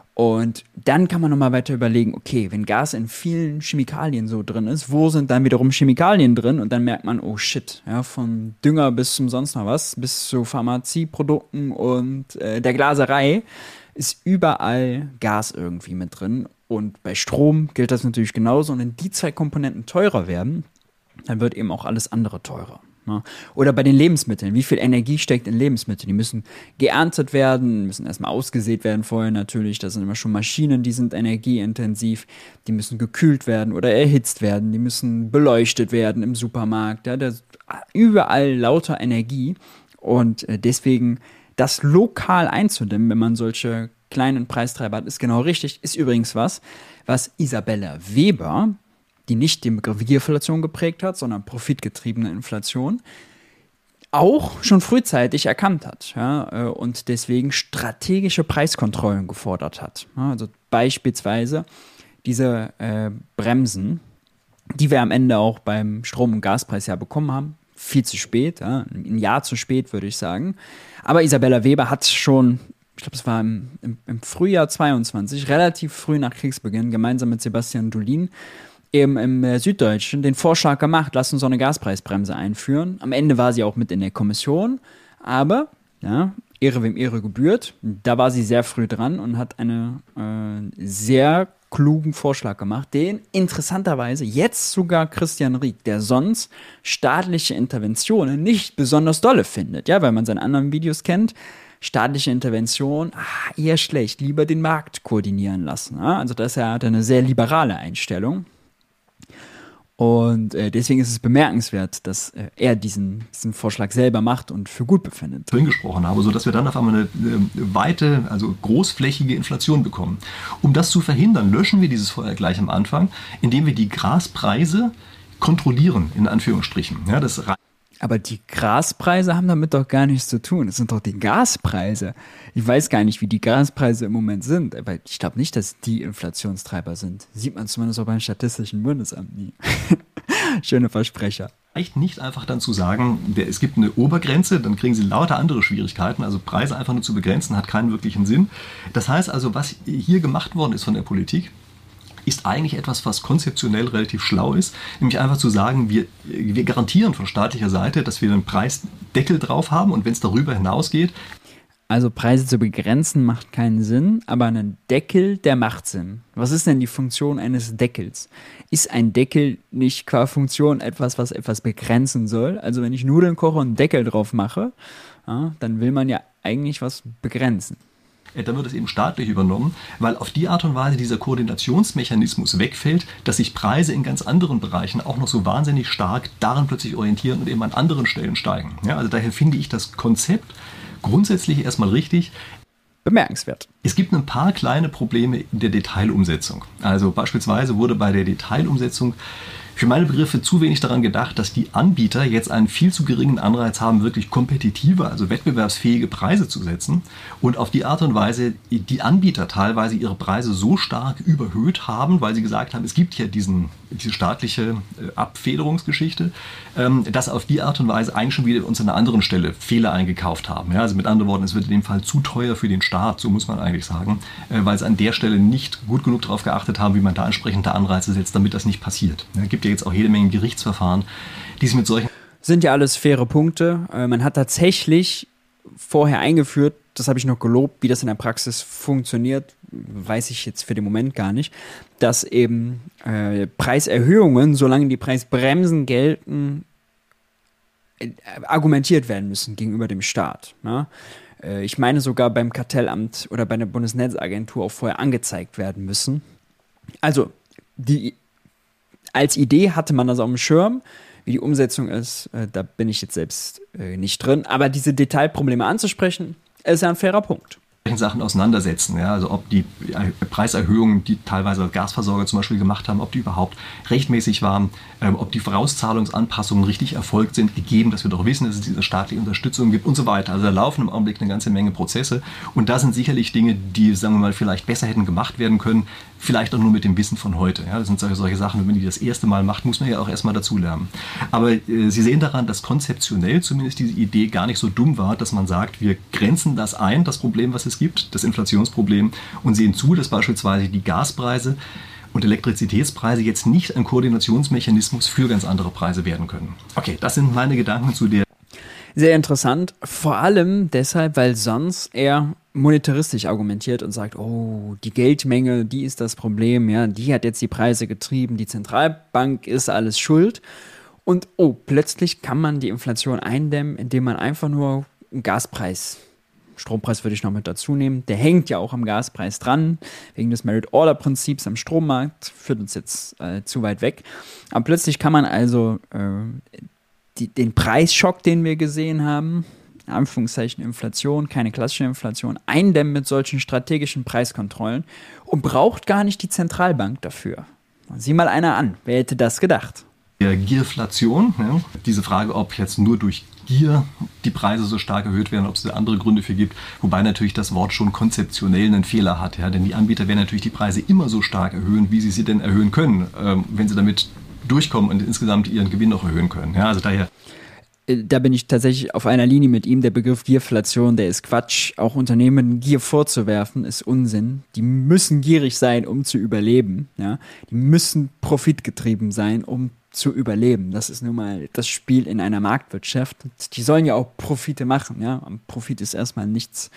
Und dann kann man nochmal weiter überlegen, okay, wenn Gas in vielen Chemikalien so drin ist, wo sind dann wiederum Chemikalien drin? Und dann merkt man, oh shit, ja, von Dünger bis zum sonst noch was, bis zu Pharmazieprodukten und äh, der Glaserei ist überall Gas irgendwie mit drin. Und bei Strom gilt das natürlich genauso. Und wenn die zwei Komponenten teurer werden, dann wird eben auch alles andere teurer. Ne? Oder bei den Lebensmitteln. Wie viel Energie steckt in Lebensmitteln? Die müssen geerntet werden, müssen erstmal ausgesät werden vorher natürlich. Das sind immer schon Maschinen, die sind energieintensiv. Die müssen gekühlt werden oder erhitzt werden. Die müssen beleuchtet werden im Supermarkt. Ja? Da ist überall lauter Energie. Und deswegen das lokal einzudämmen, wenn man solche kleinen Preistreiber hat, ist genau richtig. Ist übrigens was, was Isabella Weber, die nicht den Begriff Gierflation geprägt hat, sondern profitgetriebene Inflation, auch schon frühzeitig erkannt hat, ja, und deswegen strategische Preiskontrollen gefordert hat. Ja, also beispielsweise diese äh, Bremsen, die wir am Ende auch beim Strom- und Gaspreis ja bekommen haben, viel zu spät, ja, ein Jahr zu spät, würde ich sagen. Aber Isabella Weber hat schon, ich glaube, es war im, im, im Frühjahr zweiundzwanzig, relativ früh nach Kriegsbeginn, gemeinsam mit Sebastian Dulin, eben im äh, Süddeutschen den Vorschlag gemacht, lass uns so eine Gaspreisbremse einführen. Am Ende war sie auch mit in der Kommission, aber, ja, Ehre wem Ehre gebührt, da war sie sehr früh dran und hat einen äh, sehr klugen Vorschlag gemacht, den interessanterweise jetzt sogar Christian Rieck, der sonst staatliche Interventionen nicht besonders dolle findet, ja, weil man seine anderen Videos kennt, staatliche Intervention, ah, eher schlecht, lieber den Markt koordinieren lassen. Ja? Also das hat eine sehr liberale Einstellung. Und äh, deswegen ist es bemerkenswert, dass äh, er diesen, diesen Vorschlag selber macht und für gut befindet. Vorhin gesprochen habe, sodass wir dann auf einmal eine, eine weite, also großflächige Inflation bekommen. Um das zu verhindern, löschen wir dieses Feuer gleich am Anfang, indem wir die Gaspreise kontrollieren, in Anführungsstrichen. Ja, das Aber die Gaspreise haben damit doch gar nichts zu tun. Das sind doch die Gaspreise. Ich weiß gar nicht, wie die Gaspreise im Moment sind, aber ich glaube nicht, dass die Inflationstreiber sind. Sieht man zumindest auch beim Statistischen Bundesamt nie. Schöne Versprecher. Reicht nicht einfach dann zu sagen, der, es gibt eine Obergrenze, dann kriegen sie lauter andere Schwierigkeiten. Also Preise einfach nur zu begrenzen, hat keinen wirklichen Sinn. Das heißt also, was hier gemacht worden ist von der Politik, ist eigentlich etwas, was konzeptionell relativ schlau ist, nämlich einfach zu sagen, wir, wir garantieren von staatlicher Seite, dass wir einen Preisdeckel drauf haben und wenn es darüber hinausgeht. Also Preise zu begrenzen macht keinen Sinn, aber ein Deckel, der macht Sinn. Was ist denn die Funktion eines Deckels? Ist ein Deckel nicht qua Funktion etwas, was etwas begrenzen soll? Also wenn ich Nudeln koche und einen Deckel drauf mache, ja, dann will man ja eigentlich was begrenzen. Dann wird es eben staatlich übernommen, weil auf die Art und Weise dieser Koordinationsmechanismus wegfällt, dass sich Preise in ganz anderen Bereichen auch noch so wahnsinnig stark daran plötzlich orientieren und eben an anderen Stellen steigen. Ja, also daher finde ich das Konzept grundsätzlich erstmal richtig. Bemerkenswert. Es gibt ein paar kleine Probleme in der Detailumsetzung. Also beispielsweise wurde bei der Detailumsetzung für meine Begriffe zu wenig daran gedacht, dass die Anbieter jetzt einen viel zu geringen Anreiz haben, wirklich kompetitive, also wettbewerbsfähige Preise zu setzen und auf die Art und Weise die Anbieter teilweise ihre Preise so stark überhöht haben, weil sie gesagt haben, es gibt ja diesen, diese staatliche Abfederungsgeschichte, dass auf die Art und Weise eigentlich schon wieder uns an einer anderen Stelle Fehler eingekauft haben. Ja, also mit anderen Worten, es wird in dem Fall zu teuer für den Staat, so muss man eigentlich sagen, weil sie an der Stelle nicht gut genug darauf geachtet haben, wie man da entsprechende Anreize setzt, damit das nicht passiert. Es gibt ja jetzt auch jede Menge Gerichtsverfahren, die sich mit solchen... Sind ja alles faire Punkte. Äh, man hat tatsächlich vorher eingeführt, das habe ich noch gelobt, wie das in der Praxis funktioniert, weiß ich jetzt für den Moment gar nicht, dass eben äh, Preiserhöhungen, solange die Preisbremsen gelten, äh, argumentiert werden müssen gegenüber dem Staat. Ne? Äh, ich meine sogar beim Kartellamt oder bei der Bundesnetzagentur auch vorher angezeigt werden müssen. Also die als Idee hatte man das auf dem Schirm. Wie die Umsetzung ist, äh, da bin ich jetzt selbst äh, nicht drin. Aber diese Detailprobleme anzusprechen, ist ja ein fairer Punkt. Sachen auseinandersetzen, ja, also ob die Preiserhöhungen, die teilweise Gasversorger zum Beispiel gemacht haben, ob die überhaupt rechtmäßig waren, ähm, ob die Vorauszahlungsanpassungen richtig erfolgt sind, gegeben, dass wir doch wissen, dass es diese staatliche Unterstützung gibt und so weiter. Also da laufen im Augenblick eine ganze Menge Prozesse und da sind sicherlich Dinge, die, sagen wir mal, vielleicht besser hätten gemacht werden können, vielleicht auch nur mit dem Wissen von heute. Ja, das sind solche, solche Sachen, wenn man die das erste Mal macht, muss man ja auch erstmal dazulernen. Aber äh, Sie sehen daran, dass konzeptionell zumindest diese Idee gar nicht so dumm war, dass man sagt, wir grenzen das ein, das Problem, was es gibt, das Inflationsproblem, und sehen zu, dass beispielsweise die Gaspreise und Elektrizitätspreise jetzt nicht ein Koordinationsmechanismus für ganz andere Preise werden können. Okay, das sind meine Gedanken zu der. Sehr interessant, vor allem deshalb, weil sonst er monetaristisch argumentiert und sagt, oh, die Geldmenge, die ist das Problem, ja, die hat jetzt die Preise getrieben, die Zentralbank ist alles schuld. Und oh, plötzlich kann man die Inflation eindämmen, indem man einfach nur einen Gaspreis, Strompreis würde ich noch mit dazu nehmen, der hängt ja auch am Gaspreis dran, wegen des Merit-Order-Prinzips am Strommarkt, führt uns jetzt äh, zu weit weg. Aber plötzlich kann man also äh, die, den Preisschock, den wir gesehen haben, in Anführungszeichen Inflation, keine klassische Inflation, eindämmen mit solchen strategischen Preiskontrollen und braucht gar nicht die Zentralbank dafür. Sieh mal einer an, wer hätte das gedacht? Der Gierflation, ja, diese Frage, ob jetzt nur durch Gier die Preise so stark erhöht werden, ob es da andere Gründe für gibt, wobei natürlich das Wort schon konzeptionell einen Fehler hat, ja, denn die Anbieter werden natürlich die Preise immer so stark erhöhen, wie sie sie denn erhöhen können, ähm, wenn sie damit durchkommen und insgesamt ihren Gewinn noch erhöhen können. Ja, also daher. Da bin ich tatsächlich auf einer Linie mit ihm. Der Begriff Gierflation, der ist Quatsch. Auch Unternehmen Gier vorzuwerfen, ist Unsinn. Die müssen gierig sein, um zu überleben. Ja? Die müssen profitgetrieben sein, um zu überleben. Das ist nun mal das Spiel in einer Marktwirtschaft. Die sollen ja auch Profite machen. Ja? Am Profit ist erstmal nichts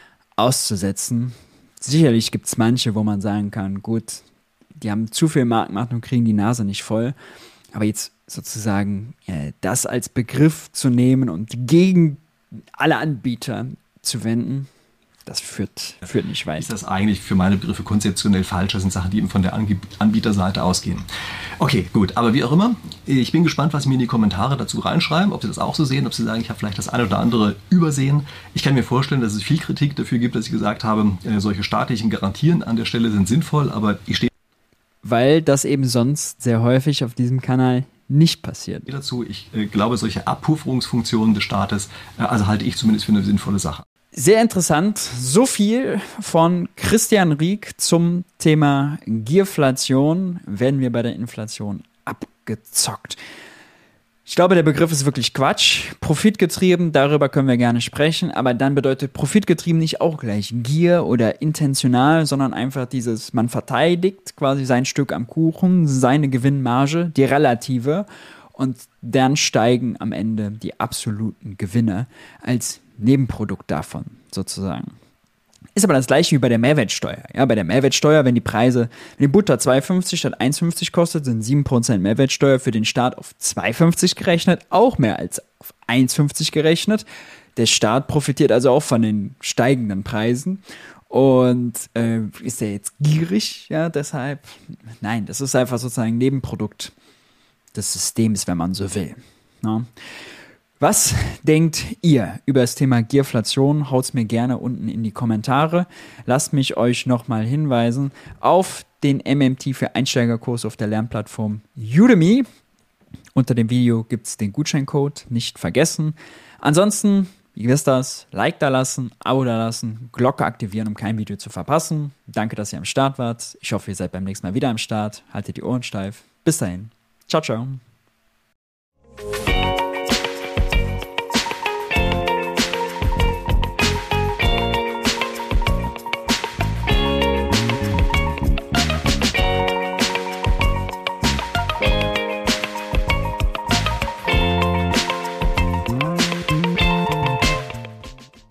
auszusetzen. Sicherlich gibt es manche, wo man sagen kann, gut, die haben zu viel Marktmacht und kriegen die Nase nicht voll. Aber jetzt sozusagen äh, das als Begriff zu nehmen und gegen alle Anbieter zu wenden, das führt, führt nicht weit. Ist das eigentlich für meine Begriffe konzeptionell falsch? Das sind Sachen, die eben von der Ange- Anbieterseite ausgehen. Okay, gut. Aber wie auch immer, ich bin gespannt, was Sie mir in die Kommentare dazu reinschreiben, ob Sie das auch so sehen, ob Sie sagen, ich habe vielleicht das eine oder andere übersehen. Ich kann mir vorstellen, dass es viel Kritik dafür gibt, dass ich gesagt habe, äh, solche staatlichen Garantien an der Stelle sind sinnvoll, aber ich stehe weil das eben sonst sehr häufig auf diesem Kanal nicht passiert. Dazu, ich äh, glaube, solche Abpufferungsfunktionen des Staates, äh, also halte ich zumindest für eine sinnvolle Sache. Sehr interessant. So viel von Christian Rieck zum Thema Gierflation. Werden wir bei der Inflation abgezockt? Ich glaube, der Begriff ist wirklich Quatsch. Profitgetrieben, darüber können wir gerne sprechen, aber dann bedeutet profitgetrieben nicht auch gleich Gier oder intentional, sondern einfach dieses, man verteidigt quasi sein Stück am Kuchen, seine Gewinnmarge, die relative, und dann steigen am Ende die absoluten Gewinne als Nebenprodukt davon sozusagen. Ist aber das gleiche wie bei der Mehrwertsteuer. Ja, bei der Mehrwertsteuer, wenn die Preise, wenn die Butter zwei fünfzig statt eins fünfzig kostet, sind sieben Prozent Mehrwertsteuer für den Staat auf zwei fünfzig gerechnet, auch mehr als auf eins fünfzig gerechnet. Der Staat profitiert also auch von den steigenden Preisen. Und äh, ist er jetzt gierig? Ja, deshalb, nein, das ist einfach sozusagen ein Nebenprodukt des Systems, wenn man so will. Ja. Was denkt ihr über das Thema Gierflation? Haut's mir gerne unten in die Kommentare. Lasst mich euch nochmal hinweisen auf den M M T für Einsteigerkurs auf der Lernplattform Udemy. Unter dem Video gibt's den Gutscheincode, nicht vergessen. Ansonsten, ihr wisst das, Like da lassen, Abo da lassen, Glocke aktivieren, um kein Video zu verpassen. Danke, dass ihr am Start wart. Ich hoffe, ihr seid beim nächsten Mal wieder am Start. Haltet die Ohren steif. Bis dahin. Ciao, ciao.